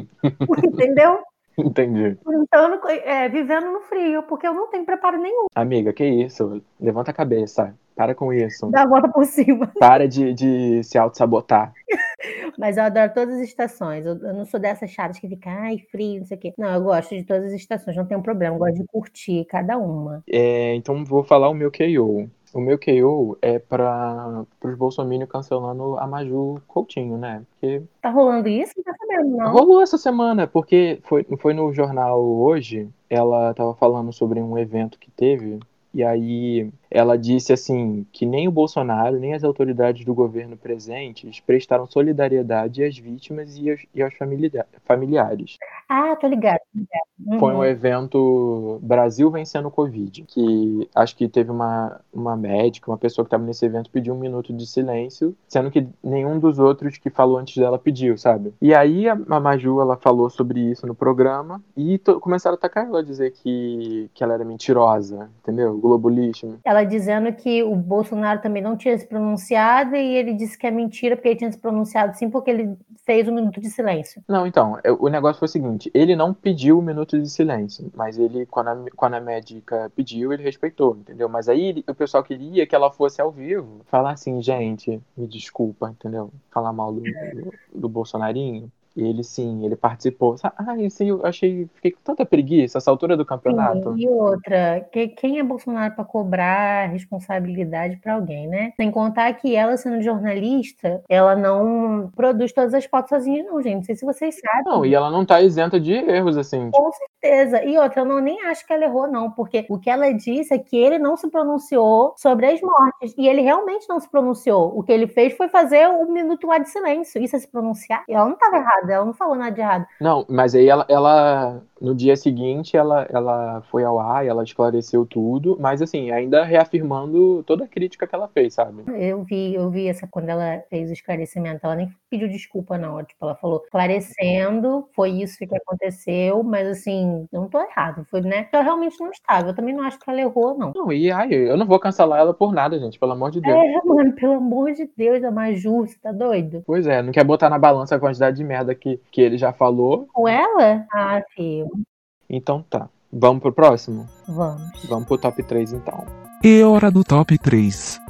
entendeu? Entendi. Então, é, vivendo no frio, porque eu não tenho preparo nenhum. Amiga, que isso? Levanta a cabeça. Para com isso. Dá a volta por cima. Para de, de se auto-sabotar. Mas eu adoro todas as estações. Eu, eu não sou dessas chatas que fica, ai, frio, não sei o quê. Não, eu gosto de todas as estações, não tenho problema. Eu gosto de curtir cada uma. É, então vou falar o meu K O. O meu K O é para os bolsominions cancelando a Maju Coutinho, né? Porque Tá rolando isso? Não tá sabendo, não. rolou essa semana, porque foi, foi no jornal hoje, ela tava falando sobre um evento que teve, e aí ela disse assim, que nem o Bolsonaro, nem as autoridades do governo presentes prestaram solidariedade às vítimas e aos, e aos familia- familiares. Ah, tô ligado. Tô ligado. Foi um Uhum. evento Brasil Vencendo o Covid, que acho que teve uma, uma médica, uma pessoa que estava nesse evento pediu um minuto de silêncio, sendo que nenhum dos outros que falou antes dela pediu, sabe? E aí a, a Maju, ela falou sobre isso no programa e to, começaram a atacar ela, dizer que, que ela era mentirosa, entendeu? Globulíssimo. Ela dizendo que o Bolsonaro também não tinha se pronunciado e ele disse que é mentira porque ele tinha se pronunciado sim porque ele fez um minuto de silêncio. Não, então, é, o negócio foi o seguinte, ele não pediu o minuto de silêncio, mas ele, quando a, quando a médica pediu, ele respeitou, entendeu? Mas aí ele- o pessoal queria que ela fosse ao vivo, falar assim, gente, me desculpa, entendeu? Falar mal do, do, do Bolsonarinho. E ele sim, ele participou. Ah, isso eu achei, fiquei com tanta preguiça, essa altura do Sim, campeonato. e outra, que, quem é Bolsonaro para cobrar responsabilidade para alguém, né? Sem contar que ela, sendo jornalista, ela não produz todas as fotos sozinha, não, gente. Não sei se vocês sabem. Não, e ela não tá isenta de erros, assim. Com certeza. E outra, eu não nem acho que ela errou, não, porque o que ela disse é que ele não se pronunciou sobre as mortes. E ele realmente não se pronunciou. O que ele fez foi fazer um minuto lá de silêncio. Isso é se pronunciar. E ela não estava errada, ela não falou nada de errado. Não, mas aí ela, ela no dia seguinte, ela, ela foi ao ar e ela esclareceu tudo, mas assim, ainda reafirmando toda a crítica que ela fez, sabe? Eu vi, eu vi essa quando ela fez o esclarecimento. Ela nem pediu desculpa, não. Tipo, ela falou, esclarecendo, foi isso que aconteceu, mas assim, eu não tô errado, foi, né? Eu realmente não estava. Eu também não acho que ela errou, não. Não, e ai, eu não vou cancelar ela por nada, gente, pelo amor de Deus. É, mano, pelo amor de Deus, a Maju, você tá doido? Pois é, não quer botar na balança a quantidade de merda que, que ele já falou. Com ela? Ah, filho. Então tá. Vamos pro próximo? Vamos. Vamos pro top três então. E hora do top três.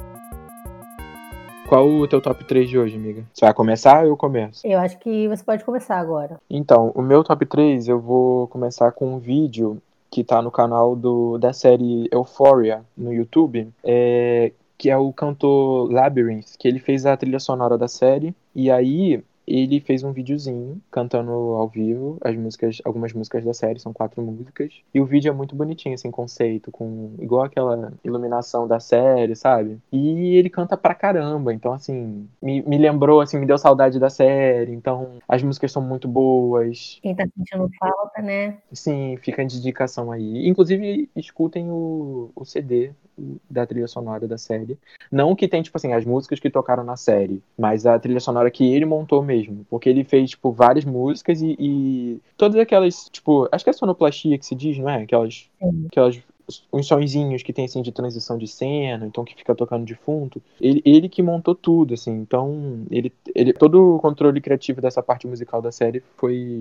Qual o teu top três de hoje, amiga? Você vai começar ou eu começo? Eu acho que você pode começar agora. Então, o meu top três eu vou começar com um vídeo que tá no canal do, da série Euphoria no YouTube, é, que é o cantor Labyrinth, que ele fez a trilha sonora da série, e aí ele fez um videozinho cantando ao vivo as músicas, algumas músicas da série, são quatro músicas, e o vídeo é muito bonitinho, assim, conceito, com igual aquela iluminação da série, sabe? E ele canta pra caramba, então assim, me, me lembrou, assim, me deu saudade da série, então as músicas são muito boas. Quem tá sentindo falta, né? Sim, fica de indicação aí. Inclusive, escutem o, o C D da trilha sonora da série. Não que tem, tipo assim, as músicas que tocaram na série, mas a trilha sonora que ele montou mesmo. Porque ele fez, tipo, várias músicas e, e todas aquelas, tipo, acho que é sonoplastia que se diz, não é? Aquelas, Sim. aquelas uns sonzinhos que tem, assim, de transição de cena, então que fica tocando de fundo. Ele, ele que montou tudo, assim. Então, ele, ele, todo o controle criativo dessa parte musical da série foi...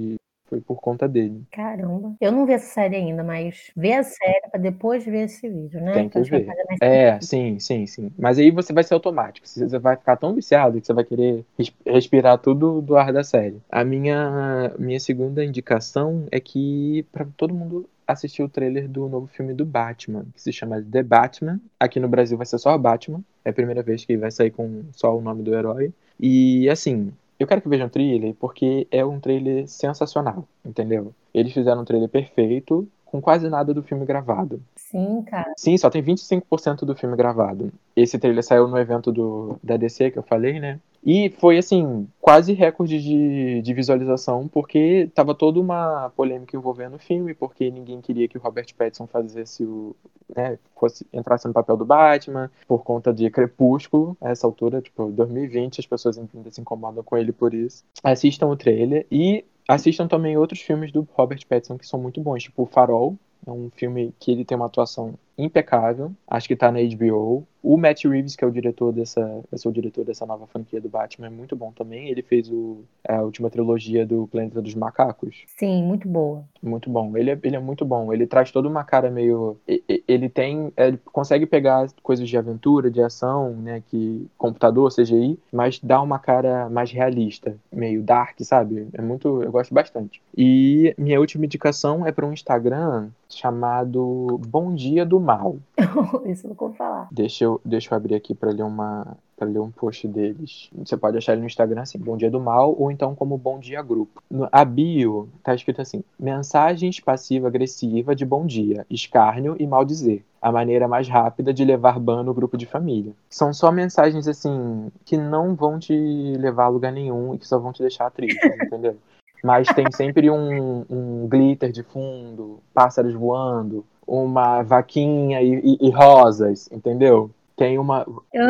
Foi por conta dele. Caramba. Eu não vi essa série ainda, mas ver a série pra depois ver esse vídeo, né? Tem Que eu que acho que vai ver. fazer mais É, sentido. sim, sim, sim. Mas aí você vai ser automático. Você vai ficar tão viciado que você vai querer res- respirar tudo do ar da série. A minha, minha segunda indicação é que pra todo mundo assistir o trailer do novo filme do Batman, que se chama The Batman. Aqui no Brasil vai ser só Batman. É a primeira vez que vai sair com só o nome do herói. E assim, eu quero que vejam o trailer porque é um trailer sensacional, entendeu? Eles fizeram um trailer perfeito, com quase nada do filme gravado. Sim, cara. Sim, só tem vinte e cinco por cento do filme gravado. Esse trailer saiu no evento do, da D C que eu falei, né? E foi, assim, quase recorde de, de visualização, porque tava toda uma polêmica envolvendo o filme, porque ninguém queria que o Robert Pattinson fizesse o, né, fosse, entrasse no papel do Batman, por conta de Crepúsculo, a essa altura, tipo, dois mil e vinte, as pessoas ainda se incomodam com ele por isso. Assistam o trailer e assistam também outros filmes do Robert Pattinson que são muito bons, tipo o Farol. É um filme que ele tem uma atuação impecável. Acho que tá na H B O. O Matt Reeves, que é o diretor dessa, vai ser o diretor dessa nova franquia do Batman, é muito bom também. Ele fez o, a última trilogia do Planeta dos Macacos. Sim, muito boa. Muito bom. Ele é, ele é muito bom. Ele traz toda uma cara meio. e- e- Ele tem. Ele consegue pegar coisas de aventura, de ação, né? Que computador, C G I, mas dá uma cara mais realista, meio dark, sabe? É muito. Eu gosto bastante. E minha última indicação é para um Instagram chamado Bom Dia do Mal. Isso eu não vou falar. Deixa eu, deixa eu abrir aqui para ler uma. Para ler um post deles. Você pode achar ele no Instagram assim, Bom Dia do Mal, ou então como Bom Dia Grupo. No, a bio tá escrito assim: mensagens passiva-agressiva de bom dia, escárnio e mal dizer. A maneira mais rápida de levar ban no grupo de família. São só mensagens assim que não vão te levar a lugar nenhum e que só vão te deixar triste, entendeu? Mas tem sempre um, um glitter de fundo, pássaros voando, uma vaquinha e, e- e rosas, entendeu? Tem uma,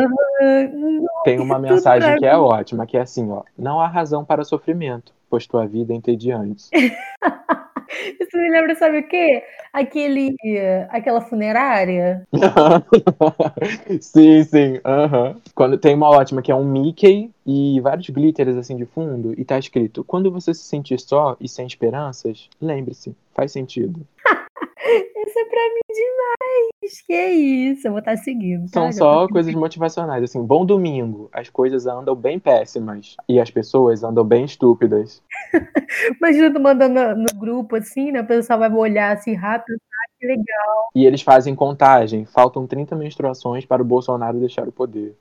Aham, tem uma tudo mensagem pra que é mim. ótima, que é assim, ó: não há razão para sofrimento, pois tua vida é entediante. Isso me lembra, sabe o quê? Aquele, aquela funerária. Sim, sim, aham. Quando tem uma ótima que é um Mickey e vários glitters assim de fundo e tá escrito: quando você se sentir só e sem esperanças, lembre-se, faz sentido. Isso é pra mim demais. Que isso, eu vou estar seguindo, São tá? Já tô só seguindo. coisas motivacionais, assim, bom domingo, as coisas andam bem péssimas e as pessoas andam bem estúpidas. Imagina tu mandando no, no grupo assim, né? O pessoal vai olhar assim rápido, tá? Que legal. E eles fazem contagem, faltam trinta menstruações para o Bolsonaro deixar o poder.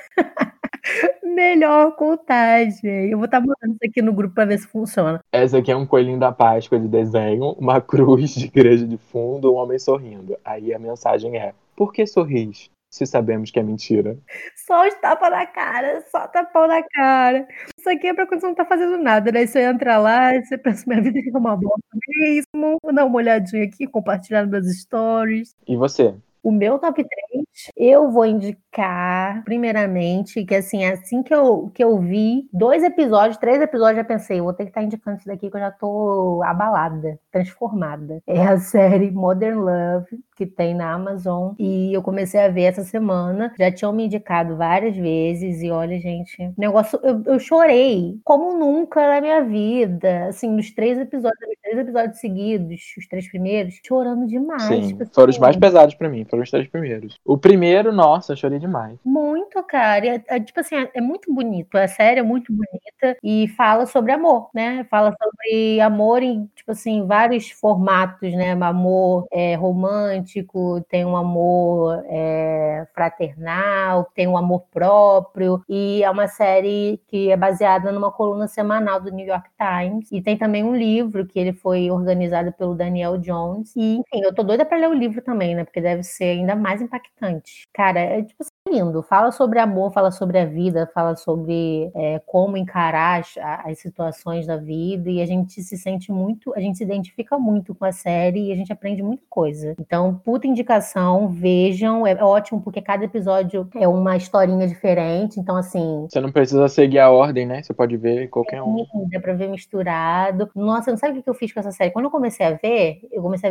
Melhor contagem. Eu vou estar mandando isso aqui no grupo pra ver se funciona. Essa aqui é um coelhinho da Páscoa de desenho, uma cruz de igreja de fundo, um homem sorrindo. Aí a mensagem é: por que sorris, se sabemos que é mentira? Só os tapas na cara, só tapão na cara. Isso aqui é pra quando você não tá fazendo nada, né? Você entra lá e você pensa, minha vida é uma bosta mesmo. Vou dar uma olhadinha aqui, compartilhar nos meus stories. E você? O meu top três, eu vou indicar, primeiramente, que assim, assim que eu, que eu vi dois episódios, três episódios, já pensei, eu vou ter que estar indicando isso daqui que eu já tô abalada, transformada. É a série Modern Love, que tem na Amazon, e eu comecei a ver essa semana, já tinham me indicado várias vezes, e olha, gente, negócio, eu, eu chorei como nunca na minha vida, assim, nos três episódios, nos três episódios seguidos, os três primeiros, chorando demais, tipo Sim, foram os mais assim, pesados pra mim, foram os três primeiros. O primeiro, nossa, eu chorei demais. muito, cara. E É, é, tipo assim, é, é muito bonito. A série é muito bonita e fala sobre amor, né? Fala sobre amor em, tipo assim, vários formatos, né? Amor é, romântico, tem um amor é, fraternal, tem um amor próprio. E é uma série que é baseada numa coluna semanal do New York Times. E tem também um livro que ele foi organizado pelo Daniel Jones. E, enfim, eu tô doida pra ler o livro também, né? Porque deve ser ainda mais impactante. Cara, é tipo assim, lindo. Fala sobre amor, fala sobre a vida, fala sobre é, como encarar as, as situações da vida e a gente se sente muito, a gente se identifica muito com a série e a gente aprende muita coisa. Então, puta indicação, vejam, é ótimo porque cada episódio é uma historinha diferente, então assim, Você não precisa seguir a ordem, né? Você pode ver qualquer um. dá pra ver misturado. Nossa, não sabe o que eu fiz com essa série? Quando eu comecei a ver, eu comecei a ver na sua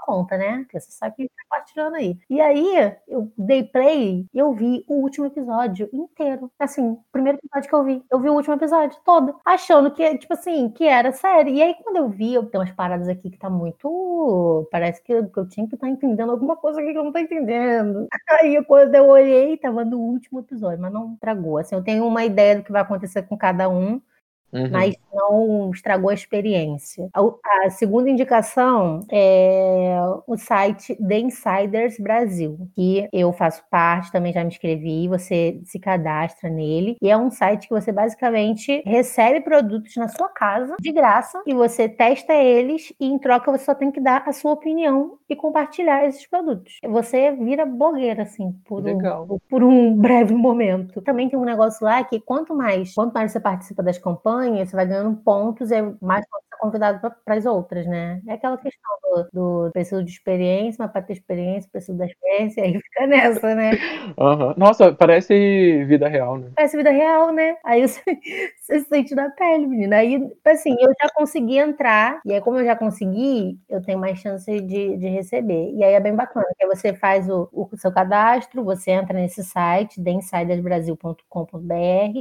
conta, né? Porque você sabe que a gente tá compartilhando aí. E aí, eu dei play e eu vi o último episódio inteiro. Assim, o primeiro episódio que eu vi. Eu vi o último episódio todo. Achando que, tipo assim, que era série. E aí, quando eu vi, eu tenho umas paradas aqui que tá muito... Parece que eu, que eu tinha que estar entendendo alguma coisa aqui que eu não tô entendendo. Aí, quando eu olhei, tava no último episódio, mas não estragou. Assim, eu tenho uma ideia do que vai acontecer com cada um. Uhum. Mas não estragou a experiência. A, a segunda indicação é o site The Insiders Brasil, que eu faço parte, também já me inscrevi, você se cadastra nele, e é um site que você basicamente recebe produtos na sua casa, de graça, e você testa eles, e em troca você só tem que dar a sua opinião e compartilhar esses produtos. Você vira blogueira, assim, por, Legal. um, por um breve momento. Também tem um negócio lá que quanto mais, quanto mais você participa das campanhas, você vai ganhando pontos e mais você é convidado para as outras, né? É aquela questão do, do preciso de experiência, mas para ter experiência, preciso da experiência, aí fica nessa, né? Uhum. Nossa, parece vida real, né? Parece vida real, né? Aí você, você sente na pele, menina. Aí, assim, eu já consegui entrar, e aí como eu já consegui, eu tenho mais chance de, de receber. E aí é bem bacana, porque você faz o, o seu cadastro, você entra nesse site, the insiders brasil ponto com ponto b r.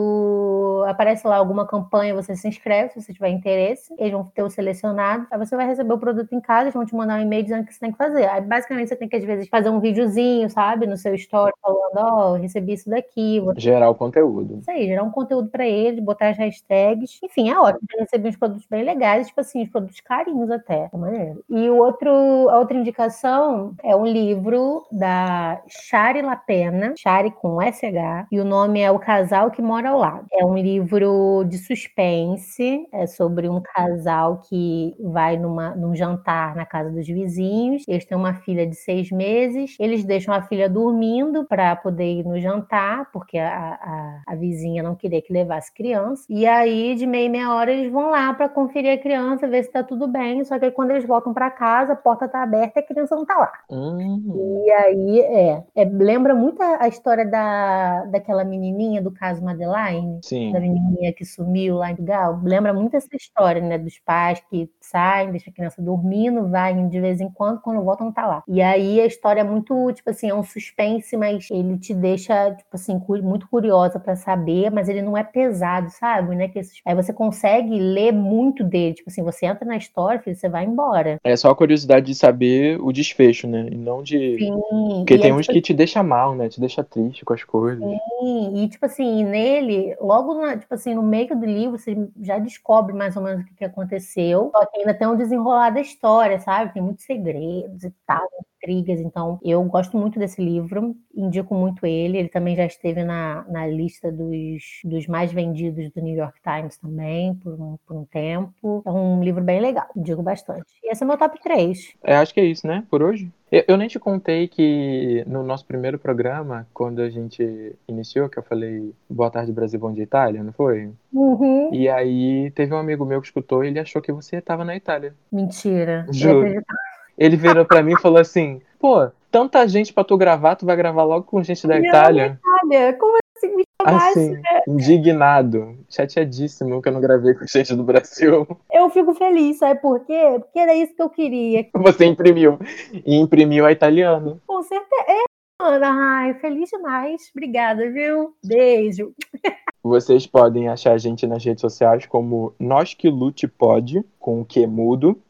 Quando aparece lá alguma campanha, você se inscreve, se você tiver interesse, eles vão ter o selecionado, aí você vai receber o produto em casa, eles vão te mandar um e-mail dizendo o que você tem que fazer. Aí, basicamente, você tem que, às vezes, fazer um videozinho, sabe, no seu story, falando, ó, oh, recebi isso daqui. Vou... Gerar o conteúdo. Isso aí, gerar um conteúdo pra eles, botar as hashtags. Enfim, é ótimo. Eu recebi uns produtos bem legais, tipo assim, uns produtos carinhos até, é maneiro. E o outro, a outra indicação é um livro da Shari Lapena, Shari com S H, e o nome é O Casal que Mora ao Lado. É um livro de suspense, é sobre um casal que vai numa, num jantar na casa dos vizinhos. Eles têm uma filha de seis meses, eles deixam a filha dormindo para poder ir no jantar, porque a, a, a vizinha não queria que levasse criança. E aí, de meia e meia hora, eles vão lá para conferir a criança, ver se tá tudo bem. Só que aí, quando eles voltam para casa, a porta tá aberta e a criança não tá lá. Hum. E aí, é, é, lembra muito a, a história da, daquela menininha do caso Madeline? Sim. Da menininha que sumiu lá em Portugal. Lembra muito essa história, né? Dos pais que saem, deixam a criança dormindo, vai de vez em quando, quando voltam, não tá lá. E aí a história é muito, tipo assim, é um suspense, mas ele te deixa, tipo assim, muito curiosa pra saber, mas ele não é pesado, sabe? Né? Que esses... Aí você consegue ler muito dele. Tipo assim, você entra na história, filho, você vai embora. É só a curiosidade de saber o desfecho, né? E não de... Sim. Porque E tem é, uns tipo... que te deixa mal, né? Te deixa triste com as coisas. Sim, e tipo assim, nele, logo na, tipo assim, no meio do livro, você já descobre mais ou menos o que, que aconteceu. Só que ainda tem um desenrolar da história, sabe? Tem muitos segredos e tal, intrigas. Então, eu gosto muito desse livro, indico muito ele. Ele também já esteve na, na lista dos, dos mais vendidos do New York Times também, por um, por um tempo. É um livro bem legal, indico bastante. E esse é o meu top três. É, acho que é isso, né? Por hoje. Eu, eu nem te contei que no nosso primeiro programa, quando a gente iniciou, que eu falei Boa Tarde Brasil, Bom Dia Itália, não foi? Uhum. E aí teve um amigo meu que escutou e ele achou que você estava na Itália. Mentira. Juro. Ele virou pra mim e falou assim, pô, tanta gente pra tu gravar, tu vai gravar logo com gente da Itália? Itália? Como assim me chamasse, Assim, né? indignado, chateadíssimo que eu não gravei com gente do Brasil. Eu fico feliz, sabe por quê? Porque era isso que eu queria. Você imprimiu. E imprimiu a italiano. Com certeza. É, Ana. Ai, feliz demais. Obrigada, viu? Beijo. Vocês podem achar a gente nas redes sociais como Nós Que Lute Pode, com o Q mudo.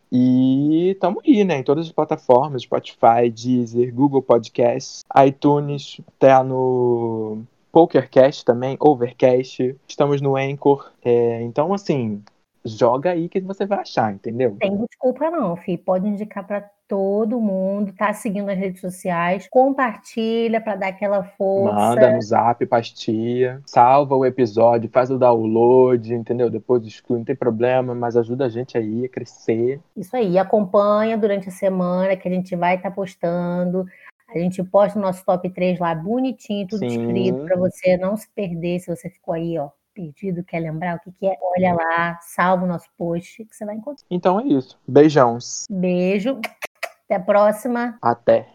E tamo aí, né? Em todas as plataformas, Spotify, Deezer, Google Podcasts, iTunes, até no PokerCast também, Overcast. Estamos no Anchor. É, então, assim, joga aí que você vai achar, entendeu? Tem desculpa não, filho. Pode indicar pra todo mundo. Tá seguindo nas redes sociais. Compartilha pra dar aquela força. Manda no zap, pastia. Salva o episódio, faz o download, entendeu? Depois exclui, não tem problema, mas ajuda a gente aí a crescer. Isso aí. Acompanha durante a semana que a gente vai estar tá postando. A gente posta o nosso top três lá bonitinho, tudo Sim. escrito pra você não se perder. Se você ficou aí, ó, perdido, quer lembrar o que, que é, olha lá, salva o nosso post que você vai encontrar. Então é isso. Beijão. Beijo. Até a próxima. Até.